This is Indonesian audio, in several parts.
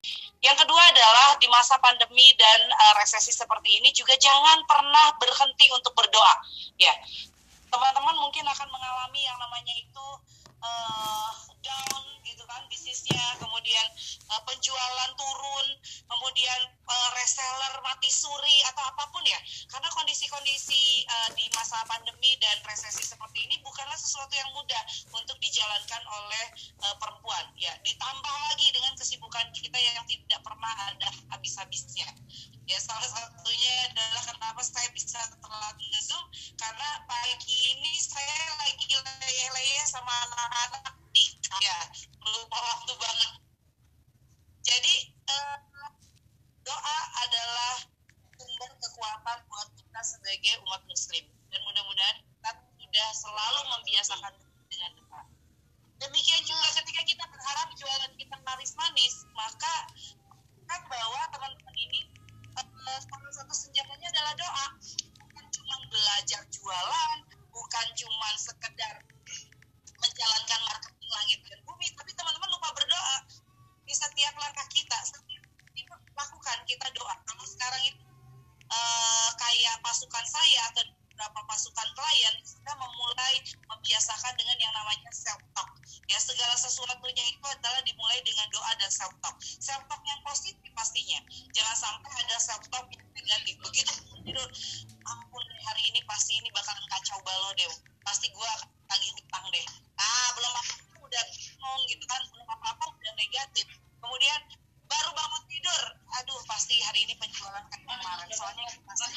Yang kedua adalah di masa pandemi dan resesi seperti ini juga jangan pernah berhenti untuk berdoa. Ya, teman-teman mungkin akan mengalami yang namanya itu down gitu kan bisnisnya, kemudian penjualan turun, kemudian reseller mati suri atau apapun ya, karena kondisi-kondisi di masa pandemi dan resesi seperti ini bukanlah sesuatu yang mudah untuk dijalankan oleh perempuan ya, ditambah lagi dengan kesibukan kita yang tidak pernah ada habis-habisnya ya. Salah satunya adalah kenapa saya bisa terlatih Zoom, karena pagi ini saya lagi leye-leye sama anak-anak di ya, lupa waktu banget. Jadi doa adalah sumber kekuatan buat kita sebagai umat muslim, dan mudah-mudahan kita sudah selalu membiasakan dengan doa. Demikian juga ketika kita berharap jualan kita laris manis, maka kan bahwa teman-teman ini salah satu senjatanya adalah doa. Bukan cuma belajar jualan, bukan cuma sekedar menjalankan marketing langit dan bumi, tapi teman-teman lupa berdoa. Di setiap langkah kita, setiap lakukan kita doa. Kalau sekarang itu kayak pasukan saya atau beberapa pasukan klien sudah memulai membiasakan dengan yang namanya self talk. Ya, segala sesuatunya itu adalah dimulai dengan doa dan self talk. Self talk yang positif pastinya. Jangan sampai ada self talk yang negatif. Begitu tidur, ampun hari ini pasti ini bakalan kacau balau deh. Pasti gue lagi hutang deh. Belum apa-apa udah bingung gitu kan, belum apa-apa udah negatif. Kemudian baru bangun tidur, aduh pasti hari ini penjualan kayak kemarin. Soalnya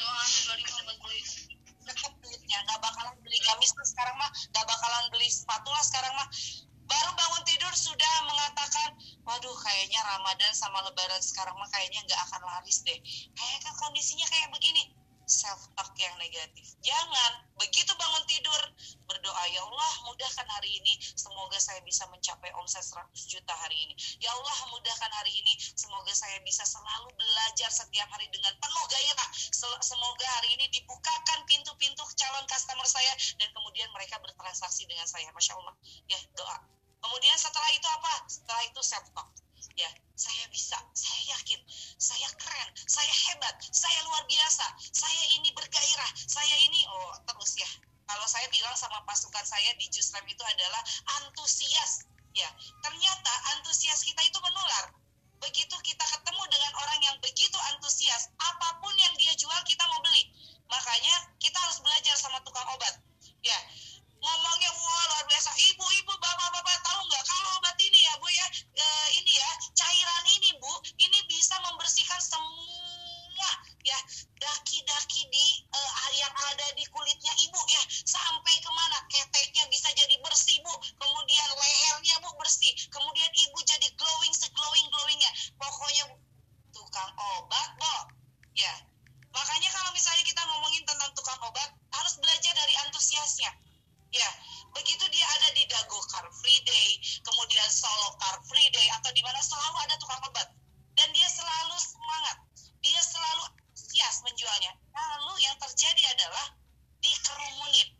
deket duitnya, nggak bakalan beli gamis tuh sekarang mah, nggak bakalan beli sepatu lah sekarang mah. Baru bangun tidur sudah mengatakan, waduh kayaknya Ramadan sama Lebaran sekarang mah kayaknya nggak akan laris deh. Kayak kan kondisinya kayak begini. Self talk yang negatif. Jangan begitu bangun tidur berdoa, ya Allah mudahkan hari ini, semoga saya bisa mencapai omset 100 juta hari ini. Ya Allah mudahkan hari ini, semoga saya bisa selalu belajar setiap hari dengan penuh gairah. Semoga hari ini dibukakan pintu-pintu calon customer saya dan kemudian mereka bertransaksi dengan saya. Masya Allah. Ya, doa. Kemudian setelah itu apa? Setelah itu self talk. Ya, saya bisa, saya yakin, saya keren, saya hebat, saya luar biasa, saya ini bergairah, saya ini, terus ya. Kalau saya bilang sama pasukan saya di Jusrem itu adalah antusias. Ya, ternyata antusias kita itu menular. Begitu kita ketemu dengan orang yang begitu antusias, apapun yang dia jual kita mau beli. Makanya kita harus belajar sama tukang obat. Ya, ngomongnya wah luar biasa, ibu-ibu, bapak-bapak tahu nggak kalau obat ini ya Bu ya, ini ya cairan ini Bu, ini bisa membersihkan semua ya daki-daki di yang ada di kulitnya Ibu ya, sampai kemana keteknya bisa jadi bersih Bu, kemudian lehernya Bu bersih, kemudian Ibu jadi glowing seglowing-glowingnya, pokoknya tukang obat Bu ya. Makanya kalau misalnya kita ngomongin tentang tukang obat harus belajar dari antusiasnya. Ya, begitu dia ada di Dago Car Free Day, kemudian Solo Car Free Day, atau di mana selalu ada tukang obat. Dan dia selalu semangat, dia selalu antusias menjualnya. Lalu yang terjadi adalah dikerumunin.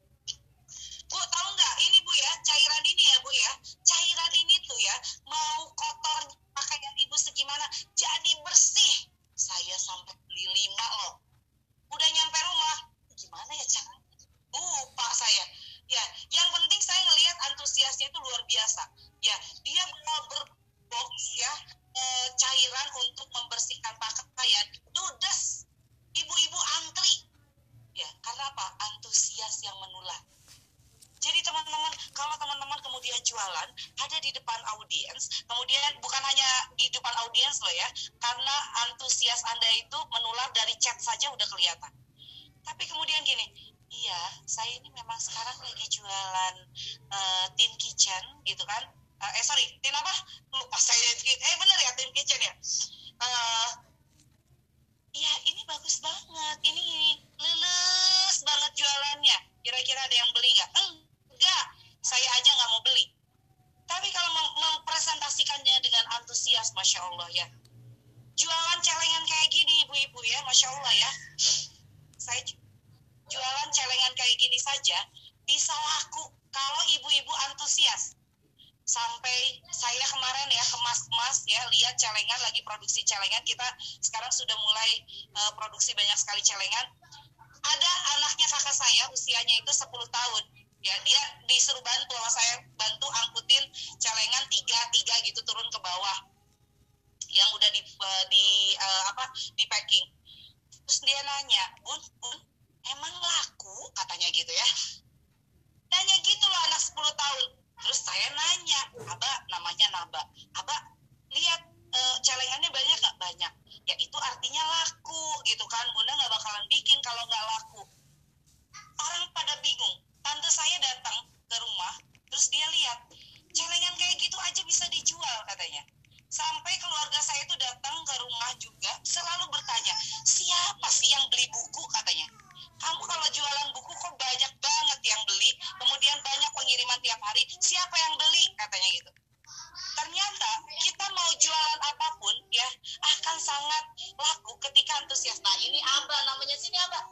Bu, tahu nggak ini Bu ya, cairan ini ya Bu ya, cairan ini tuh ya, mau kotor pakaian Ibu segimana, jadi bersih. Saya sampai beli 5 loh. Udah nyampe rumah, gimana ya caranya? Pak saya. Ya, yang penting saya ngelihat antusiasnya itu luar biasa. Ya, dia mau berbox ya cairan untuk membersihkan pakaian. Ludes. Ibu-ibu antri. Ya, karena apa? Antusias yang menular. Jadi teman-teman, kalau teman-teman kemudian jualan, ada di depan audiens, kemudian bukan hanya di depan audiens loh ya, karena antusias Anda itu menular dari chat saja udah kelihatan. Tapi kemudian gini, iya, saya ini memang sekarang lagi jualan tin kitchen gitu kan. Tin apa? Lupa saya. Bener ya, tin kitchen ya. Iya, ini bagus banget. Ini lulus banget jualannya. Kira-kira ada yang beli nggak? Enggak, saya aja nggak mau beli. Tapi kalau mempresentasikannya dengan antusias, Masya Allah ya. Jualan celengan kayak gini, ibu-ibu ya, Masya Allah ya. Saya jualan celengan kayak gini saja bisa laku kalau ibu-ibu antusias. Sampai saya kemarin ya kemas-kemas ya, lihat celengan lagi produksi celengan, kita sekarang sudah mulai produksi banyak sekali celengan. Ada anaknya kakak saya usianya itu 10 tahun ya, dia disuruh bantu sama saya, bantu angkutin celengan tiga gitu turun ke bawah yang udah di packing. Terus dia nanya, bun emang laku katanya gitu ya, nanya gitu loh anak 10 tahun. Terus saya nanya, Abah, namanya Naba, Abah lihat celengannya banyak gak? Banyak. Ya itu artinya laku gitu kan, Bunda gak bakalan bikin kalau gak laku. Orang pada bingung. Tante saya datang ke rumah, terus dia lihat celengan kayak gitu aja bisa dijual katanya. Sampai keluarga saya itu datang ke rumah juga, selalu bertanya, siapa sih yang beli buku katanya. Kamu kalau jualan buku kok banyak banget yang beli, kemudian banyak pengiriman tiap hari, siapa yang beli katanya gitu. Ternyata kita mau jualan apapun ya akan sangat laku ketika antusias. Nah ini Abah namanya, sini Abah,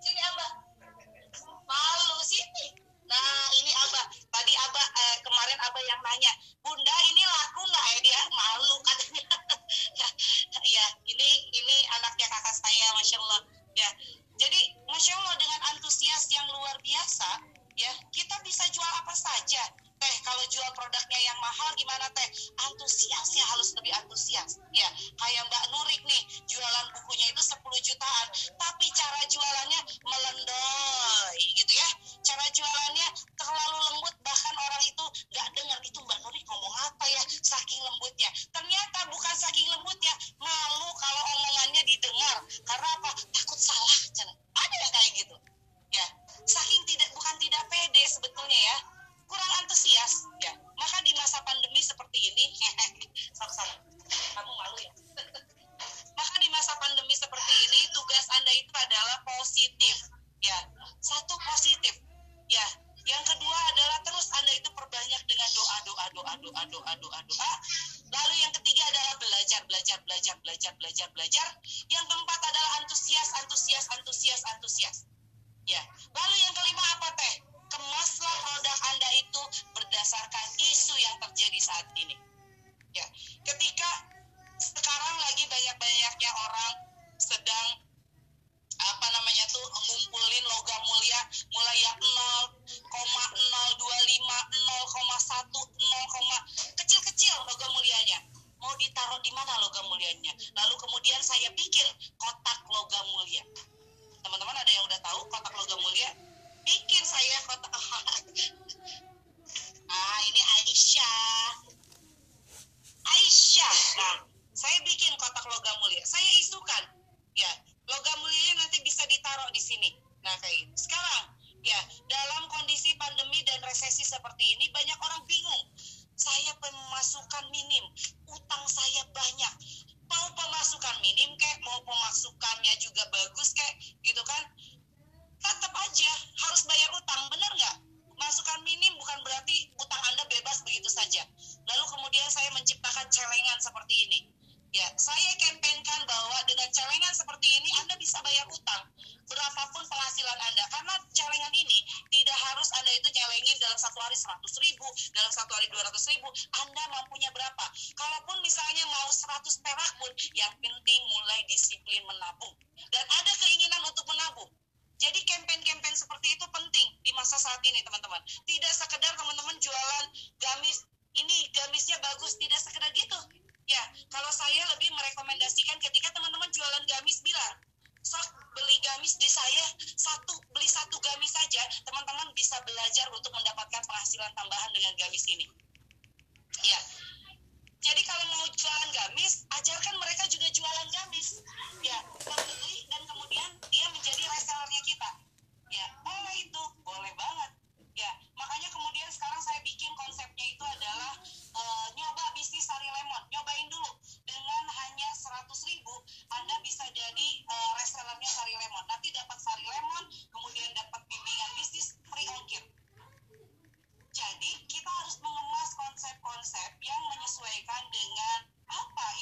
malu sini. Nah ini Abah, tadi Abah kemarin Abah yang nanya, Bunda ini laku nggak ya, dia malu katanya. Ya ini anaknya kakak saya, Masya Allah ya. Jadi Masya Allah dengan antusias yang luar biasa ya, kita bisa jual apa saja. Teh kalau jual produknya yang mahal gimana teh? Antusiasnya harus lebih antusias ya. Kayak Mbak Nurik nih, jualan bukunya itu 10 jutaan, tapi cara jualannya melendoy gitu ya. Cara jualannya terlalu lembut, bahkan orang itu gak dengar itu Mbak Nurik ngomong apa ya, saking lembutnya. Ternyata bukan saking lembutnya, malu kalau omongannya didengar. Karena apa? Takut salah. Ada yang kayak gitu ya. Saking bukan tidak pede sebetulnya ya, kurang antusias ya. Maka di masa pandemi seperti ini kamu malu ya. Maka di masa pandemi seperti ini tugas Anda itu adalah positif ya. Satu, positif ya. Yang kedua adalah terus Anda itu perbanyak dengan doa. Lalu yang ketiga adalah belajar. Yang keempat adalah antusias ya. Lalu yang kelima apa teh? Kemaslah produk Anda itu berdasarkan isu yang terjadi saat ini. Ya, ketika sekarang lagi banyak-banyaknya orang sedang ngumpulin logam mulia, mulai yang 0,025, 0,1, kecil-kecil logam mulianya. Mau ditaruh di mana logam mulianya? Lalu kemudian saya bikin kotak logam mulia. Teman-teman ada yang udah tahu kotak logam mulia? Bikin saya kotak. Ini Aisyah. Nah, saya bikin kotak logam mulia. Saya isukan, ya, logam mulianya nanti bisa ditaruh di sini. Nah, kayak gitu. Sekarang, ya, dalam kondisi pandemi dan resesi seperti ini, banyak orang bingung. Saya pemasukan minim, utang saya banyak. Mau pemasukan minim kayak, mau pemasukannya juga bagus kayak, gitu kan? Tetap aja harus bayar utang, benar nggak? Masukan minim bukan berarti utang Anda bebas begitu saja. Lalu kemudian saya menciptakan celengan seperti ini. Ya, saya kampanyekan bahwa dengan celengan seperti ini Anda bisa bayar utang berapapun penghasilan Anda. Karena celengan ini tidak harus Anda itu nyelengin dalam satu hari 100.000, dalam satu hari 200.000. Anda mampunya berapa? Kalaupun misalnya mau 100 perak pun, yang penting mulai disiplin menabung. Dan ada keinginan untuk menabung. Jadi campaign-campaign seperti itu penting di masa saat ini, teman-teman. Tidak sekedar teman-teman jualan gamis, ini gamisnya bagus, tidak sekedar gitu. Ya, kalau saya lebih merekomendasikan ketika teman-teman jualan gamis, bilang, sok beli gamis di saya, beli satu gamis saja, teman-teman bisa belajar untuk mendapatkan penghasilan tambahan dengan gamis ini. Ya, jadi kalau mau jualan gamis, ajarkan mereka juga jualan gamis. Ya, membeli dan kemudian dia menjadi resellernya kita. Ya, boleh itu, boleh banget. Ya, makanya kemudian sekarang saya bikin konsepnya itu adalah nyoba bisnis sari lemon. Nyobain dulu. Dengan hanya 100.000, Anda bisa jadi resellernya sari lemon. Nanti dapat sari lemon, kemudian dapat bimbingan bisnis, free ongkir. Jadi kita harus mengemas konsep-konsep yang menyesuaikan dengan apa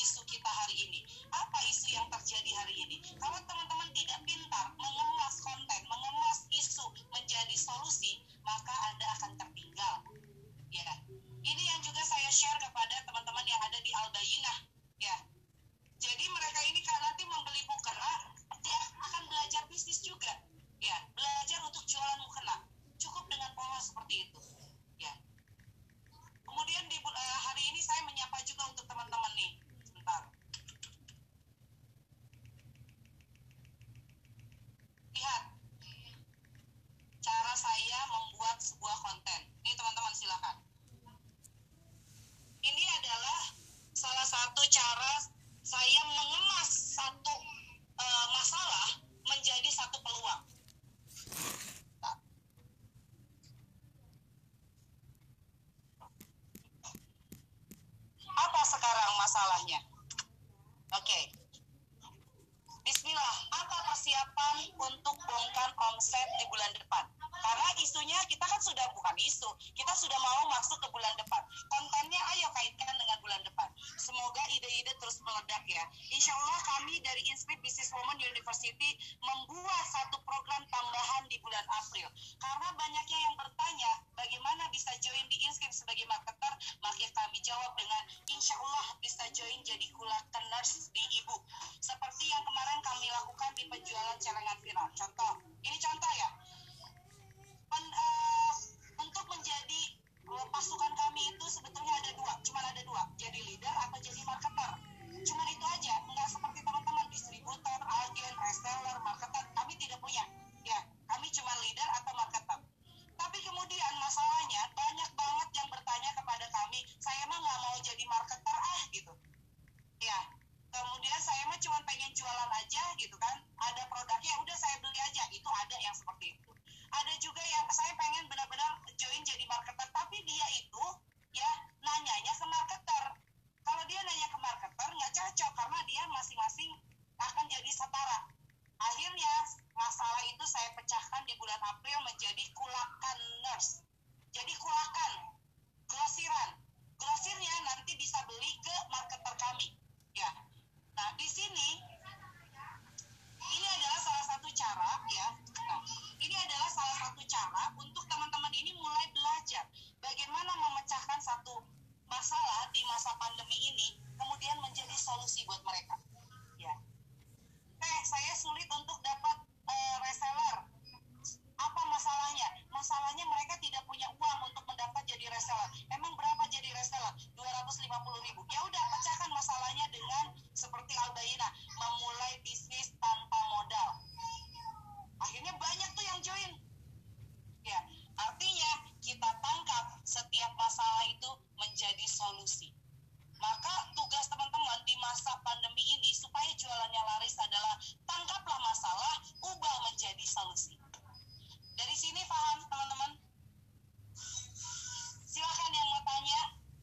saya mengemas satu masalah menjadi satu peluang. Apa sekarang masalahnya? Oke. Bismillah, apa persiapan untuk bongkar omset di bulan depan? Karena isunya kita kan sudah bukan isu, kita sudah mau masuk ke bulan depan. Kontennya ayo kaitkan dengan bulan depan. Semoga ide-ide terus meledak ya. Insya Allah kami dari Inscript Business Women University membuat satu program tambahan di bulan April. Karena banyaknya yang bertanya bagaimana bisa join di Inscript sebagai marketer, maka kami jawab dengan insya Allah bisa join jadi kulakeners di Ibu. Seperti yang kemarin kami lakukan di penjualan celengan viral. Contoh, ini contoh ya. Untuk menjadi pasukan kami itu sebetulnya cuma ada dua, jadi leader atau jadi marketer. Cuma itu aja, nggak seperti teman-teman distributor, agen, reseller, marketer. Kami tidak punya, ya. Kami cuma leader atau marketer. Tapi kemudian masalahnya banyak banget yang bertanya kepada kami, saya mah nggak mau jadi marketer gitu. Ya, kemudian saya mah cuma pengen jualan aja gitu kan. Ada produknya, udah saya beli aja. Itu ada yang seperti itu. Ada juga yang saya pengen benar-benar join jadi marketer, tapi dia itu ya nanyanya ke marketer. Kalau dia nanya ke marketer nggak cocok karena dia masing-masing akan jadi setara. Akhirnya masalah itu saya pecahkan di bulan April menjadi kulakeners. Jadi kulakan, grosiran. Grosirnya nanti bisa beli ke marketer kami. Ya. Nah, di sini ini adalah salah satu cara ya. Nah, ini adalah salah satu cara untuk teman-teman ini mulai belajar bagaimana memecahkan satu masalah di masa pandemi ini kemudian menjadi solusi buat mereka. Ya. Saya sulit untuk dapat reseller. Apa masalahnya? Masalahnya mereka tidak punya uang untuk mendapat jadi reseller. Emang berapa jadi reseller? 250.000. Ya udah, pecahkan masalahnya dengan seperti Albaina, memulai bisnis tanpa modal. Akhirnya banyak tuh yang join. Ya, artinya kita tangkap setiap masalah itu menjadi solusi. Maka tugas teman-teman di masa pandemi ini supaya jualannya laris adalah tangkaplah masalah, ubah menjadi solusi. Dari sini paham teman-teman? Silakan yang mau tanya.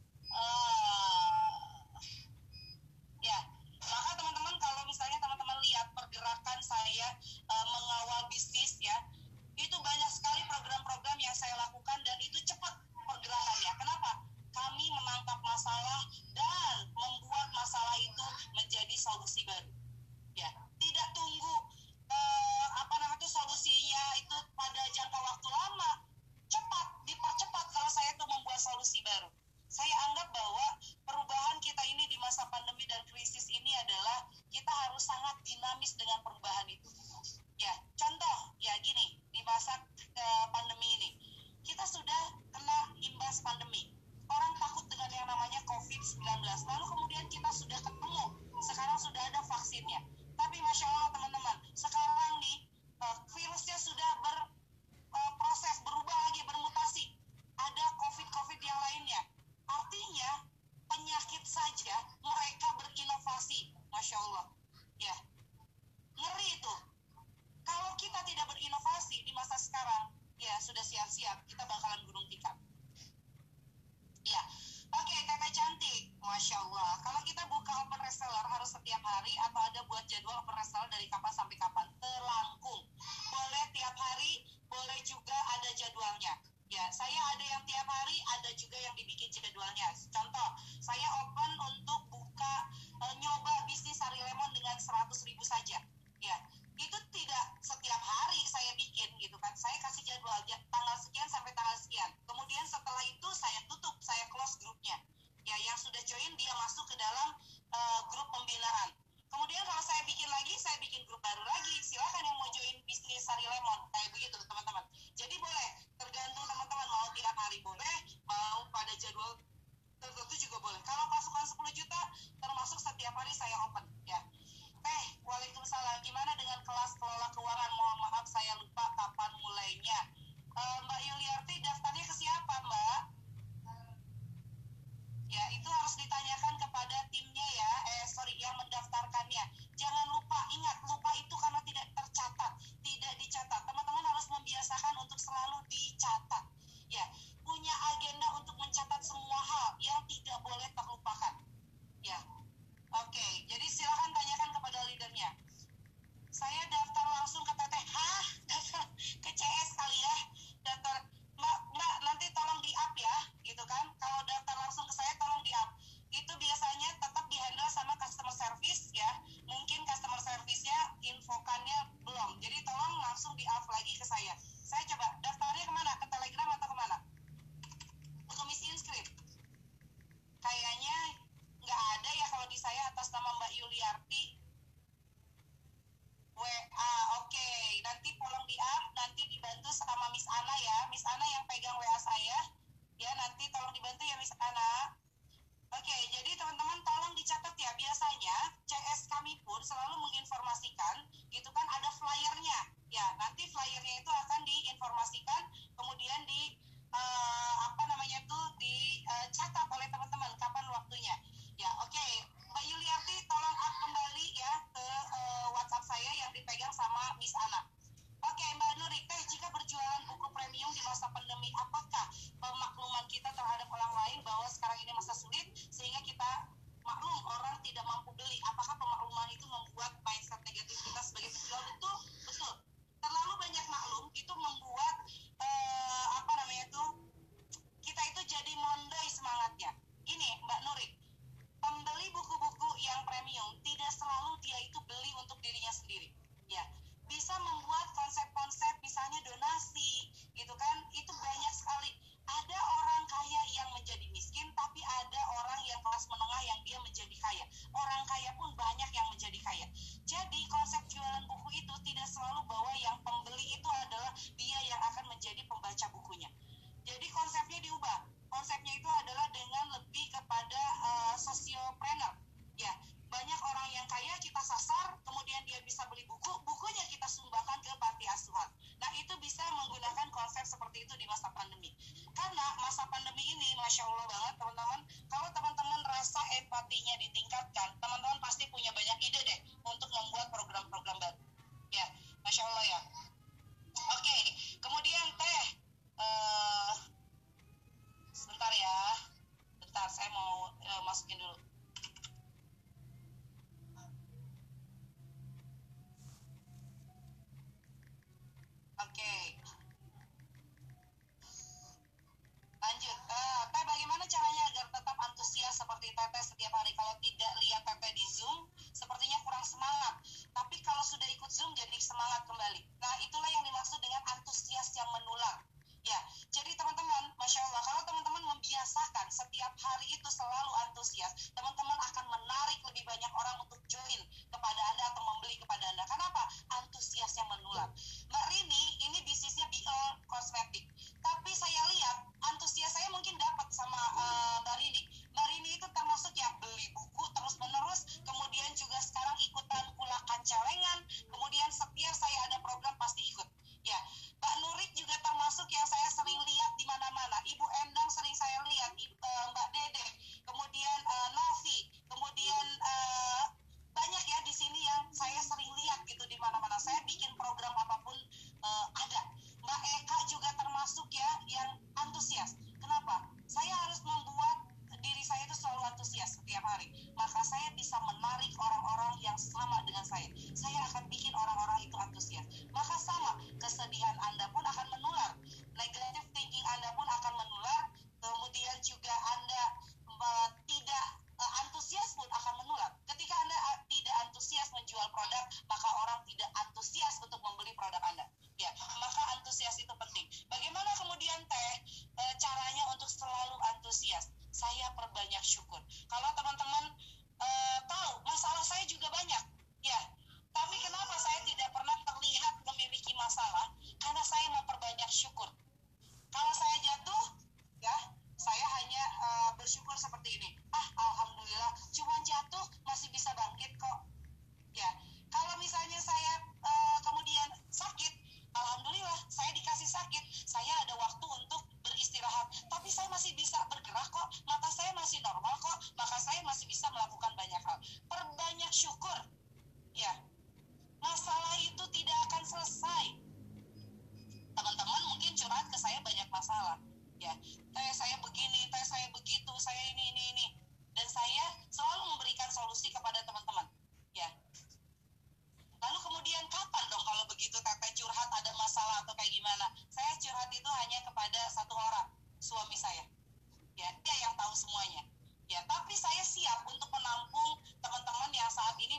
Ya, maka teman-teman kalau misalnya teman-teman lihat pergerakan saya mengawal bisnis ya, itu banyak sekali program-program yang saya lakukan dan itu cepat pergerakannya. Kenapa? Kami menangkap masalah dan membuat masalah itu menjadi solusi baru. Ya, tidak tunggu solusinya itu pada jangka waktu lama. Cepat, dipercepat kalau saya itu membuat solusi baru. Saya anggap bahwa perubahan kita ini di masa pandemi dan krisis ini adalah kita harus sangat dinamis dengan perubahan itu. Ya, contoh ya gini, di masa pandemi ini kita sudah kena imbas pandemi. Orang takut dengan yang namanya COVID-19. Lalu kemudian kita sudah ketemu, sekarang sudah ada vaksinnya. Tapi Masya Allah teman-teman, sekarang nih virusnya sudah berproses, berubah lagi, bermutasi. Ada COVID yang lainnya. Artinya penyakit saja mereka berinovasi, Masya Allah. Ya,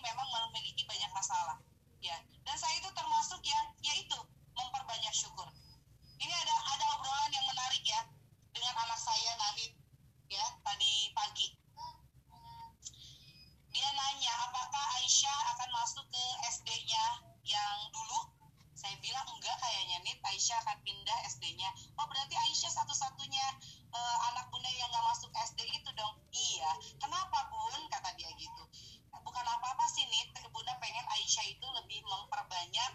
memang memiliki banyak masalah. Ya, dan saya itu termasuk yang yaitu memperbanyak syukur. Ini ada obrolan yang menarik ya dengan anak saya Nadit ya tadi pagi. Dia nanya apakah Aisyah akan masuk ke SD-nya yang dulu. Saya bilang enggak kayaknya nih, Aisyah akan pindah SD-nya. Oh berarti Aisyah satu-satunya anak bunda yang gak masuk SD itu dong. Iya, kenapa bun? Kata dia gitu. Bukan apa-apa sih nih, bunda pengen Aisyah itu lebih memperbanyak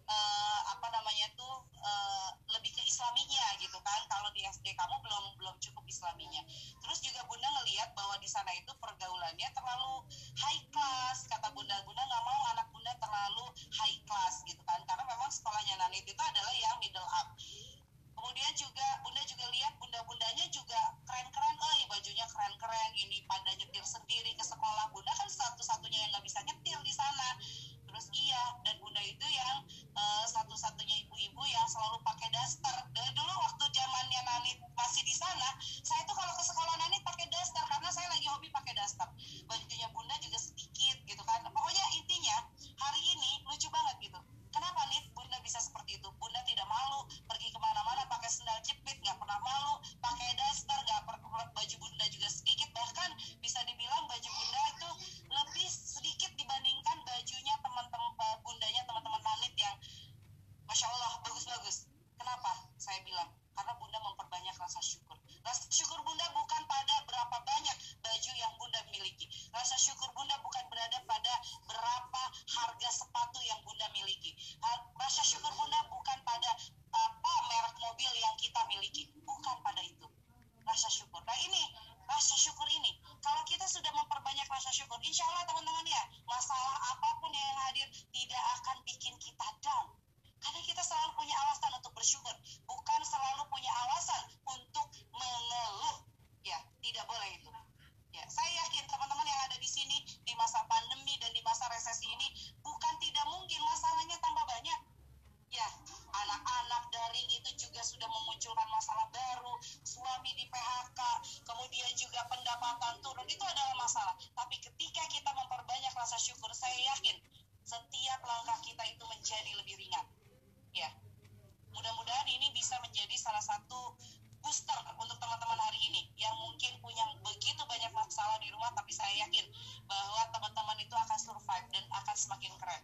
lebih ke islaminya gitu kan. Kalau di SD kamu belum cukup islaminya. Terus juga bunda ngelihat bahwa di sana itu pergaulannya terlalu high class. Kata bunda nggak mau anak bunda terlalu high class gitu kan, karena memang sekolahnya Nanit itu adalah yang middle up. Kemudian juga bunda juga lihat bunda-bundanya juga keren-keren, bajunya keren-keren, ini pada nyetir sendiri ke sekolah. Bunda kan satu-satunya yang nggak bisa nyetir di sana. Terus iya, dan bunda itu yang satu-satunya ibu-ibu yang selalu pakai daster. Dari dulu waktu zamannya Nanit masih di sana, saya tuh kalau ke sekolah Nanit pakai daster karena saya lagi hobi pakai daster. Bajunya bunda juga sedikit gitu kan. Pokoknya intinya hari ini lucu banget gitu. Kenapa nih bunda bisa seperti itu? Bunda tidak malu pergi kemana-mana pakai sendal jepit, nggak pernah malu pakai daster, baju bunda juga sedikit, bahkan bisa dibilang baju bunda itu lebih sedikit dibandingkan bajunya teman-teman bundanya teman-teman Nanit yang Masya Allah bagus-bagus. Kenapa? Saya bilang karena bunda memperbanyak rasa syukur. Rasa syukur bunda bukan pada berapa banyak baju yang bunda miliki. Rasa syukur bunda bukan berada pada berapa harga sepatu yang bunda miliki. Rasa syukur bunda bukan pada apa merek mobil yang kita miliki. Bukan pada itu. Rasa syukur. Nah ini, rasa syukur ini. Kalau kita sudah memperbanyak rasa syukur, insya Allah teman-teman ya, masalah apapun yang hadir tidak akan bikin kita down. Karena kita selalu punya alasan untuk bersyukur, bukan selalu punya alasan untuk mengeluh. Ya, tidak boleh itu. Ya, saya yakin teman-teman yang ada di sini di masa pandemi dan di masa resesi ini bukan tidak mungkin masalahnya tambah banyak. Ya, anak-anak daring itu juga sudah memunculkan masalah baru, suami di PHK, kemudian juga pendapatan turun, itu adalah masalah. Tapi ketika kita memperbanyak rasa syukur, saya yakin setiap langkah kita itu menjadi lebih ringan. Ya, mudah-mudahan ini bisa menjadi salah satu booster untuk teman-teman hari ini yang mungkin punya begitu banyak masalah di rumah, tapi saya yakin bahwa teman-teman itu akan survive dan akan semakin keren.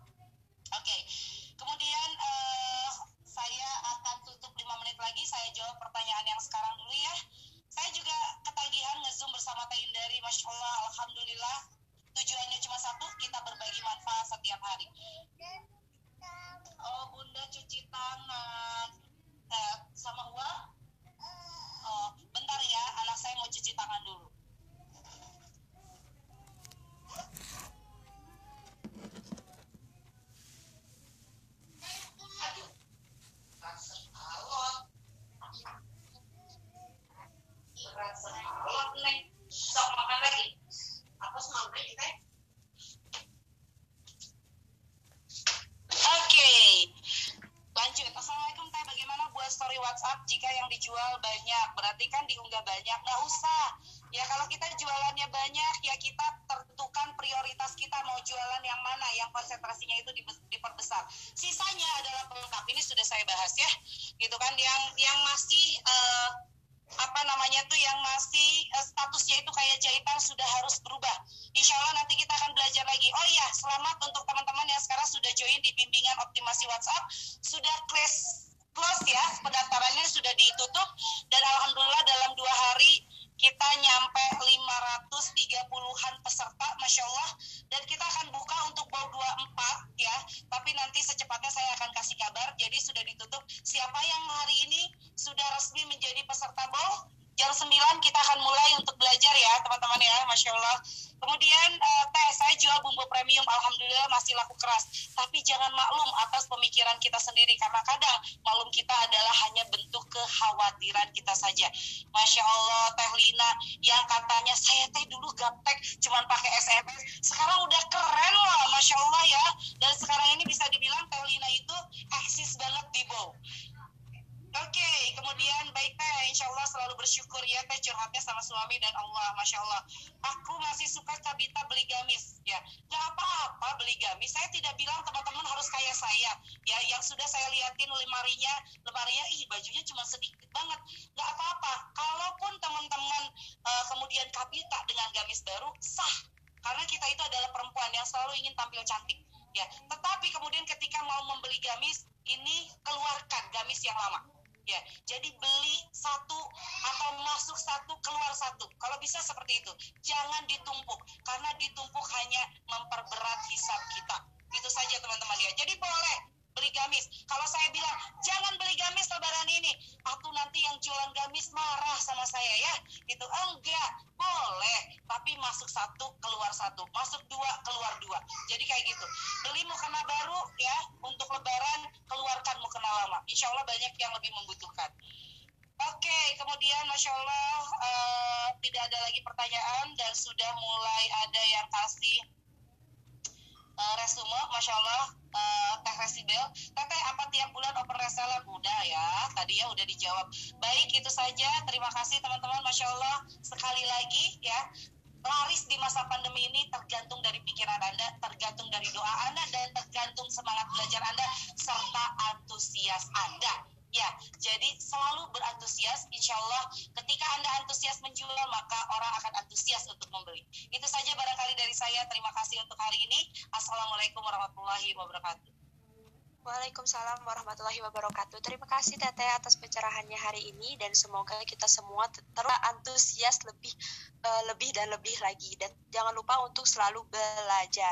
Oke, kemudian saya akan tutup 5 menit lagi, saya jawab pertanyaan yang sekarang dulu ya. Saya juga ketagihan nge-zoom bersama Teh Indari, Masya Allah, Alhamdulillah. Tujuannya cuma satu, kita berbagi manfaat setiap hari. Oh, bunda cuci tangan sama uang? Oh, bentar ya, anak saya mau cuci tangan dulu. Sok makan lagi. Apa semangat kita? Oke, lanjut. Assalamualaikum Teh, bagaimana buat story WhatsApp jika yang dijual banyak? Berarti kan diunggah banyak, nggak usah. Ya kalau kita jualannya banyak, ya kita tentukan prioritas kita mau jualan yang mana, yang konsentrasinya itu diperbesar. Sisanya adalah pelengkap. Ini sudah saya bahas ya, gitu kan? Yang masih yang masih statusnya itu kayak jahitan sudah harus berubah. Insya Allah nanti kita akan belajar lagi. Oh iya, selamat untuk teman-teman yang sekarang sudah join di bimbingan optimasi WhatsApp. Sudah close ya, pendaftarannya sudah ditutup. Dan Alhamdulillah dalam 2 hari kita nyampe 530-an peserta, Masya Allah. Dan kita akan buka untuk BAU 24 ya. Tapi nanti secepatnya saya akan kasih kabar. Jadi sudah ditutup. Siapa yang hari ini sudah resmi menjadi peserta BAU? Jam 9 kita akan mulai untuk belajar ya teman-teman ya, Masya Allah. Kemudian Teh, saya jual bumbu premium, Alhamdulillah masih laku keras. Tapi jangan maklum atas pemikiran kita sendiri, karena kadang maklum kita adalah hanya bentuk kekhawatiran kita saja. Masya Allah, Teh Lina yang katanya saya teh dulu gaptek cuman pakai SMS, sekarang udah keren loh, Masya Allah ya. Dan sekarang ini bisa dibilang Teh Lina itu eksis banget di BAU. Oke, kemudian baik Teh, insya Allah selalu bersyukur ya Teh, curhatnya sama suami dan Allah, Masya Allah. Aku masih suka Kabita beli gamis, ya. Gak apa-apa. gamis. Saya tidak bilang teman-teman harus kayak saya, ya, yang sudah saya liatin lemarinya, bajunya cuma sedikit banget. Nggak apa-apa. Kalaupun teman-teman kemudian kabita dengan gamis baru, sah. Karena kita itu adalah perempuan yang selalu ingin tampil cantik. Ya, tetapi kemudian ketika mau membeli gamis, ini keluarkan gamis yang lama. Ya, jadi beli satu atau masuk satu keluar satu. Kalau bisa seperti itu. Jangan ditumpuk, karena ditumpuk hanya memperberat hisab kita. Itu saja teman-teman ya. Jadi boleh beli gamis. Kalau saya bilang jangan beli gamis lebaran ini, atau nanti yang jualan gamis marah sama saya ya. Gitu. Enggak, boleh. Tapi masuk satu keluar satu, masuk dua keluar dua. Jadi kayak gitu. Beli mukena baru ya untuk lebaran, keluarkan mukena lama. Insya Allah banyak yang lebih membutuhkan. Oke, kemudian Masya Allah tidak ada lagi pertanyaan dan sudah mulai ada yang kasih resume. Masya Allah, Teh Resibel, Teteh apa tiap bulan open reseller? Udah ya, tadi ya udah dijawab. Baik, itu saja. Terima kasih teman-teman. Masya Allah, sekali lagi ya, laris di masa pandemi ini tergantung dari pikiran Anda, tergantung dari doa Anda, dan tergantung semangat belajar Anda serta antusias Anda. Ya, jadi selalu berantusias. Insya Allah ketika Anda antusias menjual, maka orang akan antusias untuk membeli. Itu saja barangkali dari saya. Terima kasih untuk hari ini. Assalamualaikum warahmatullahi wabarakatuh. Waalaikumsalam warahmatullahi wabarakatuh. Terima kasih Teteh atas pencerahannya hari ini, dan semoga kita semua terus antusias lebih dan lebih lagi, dan jangan lupa untuk selalu belajar.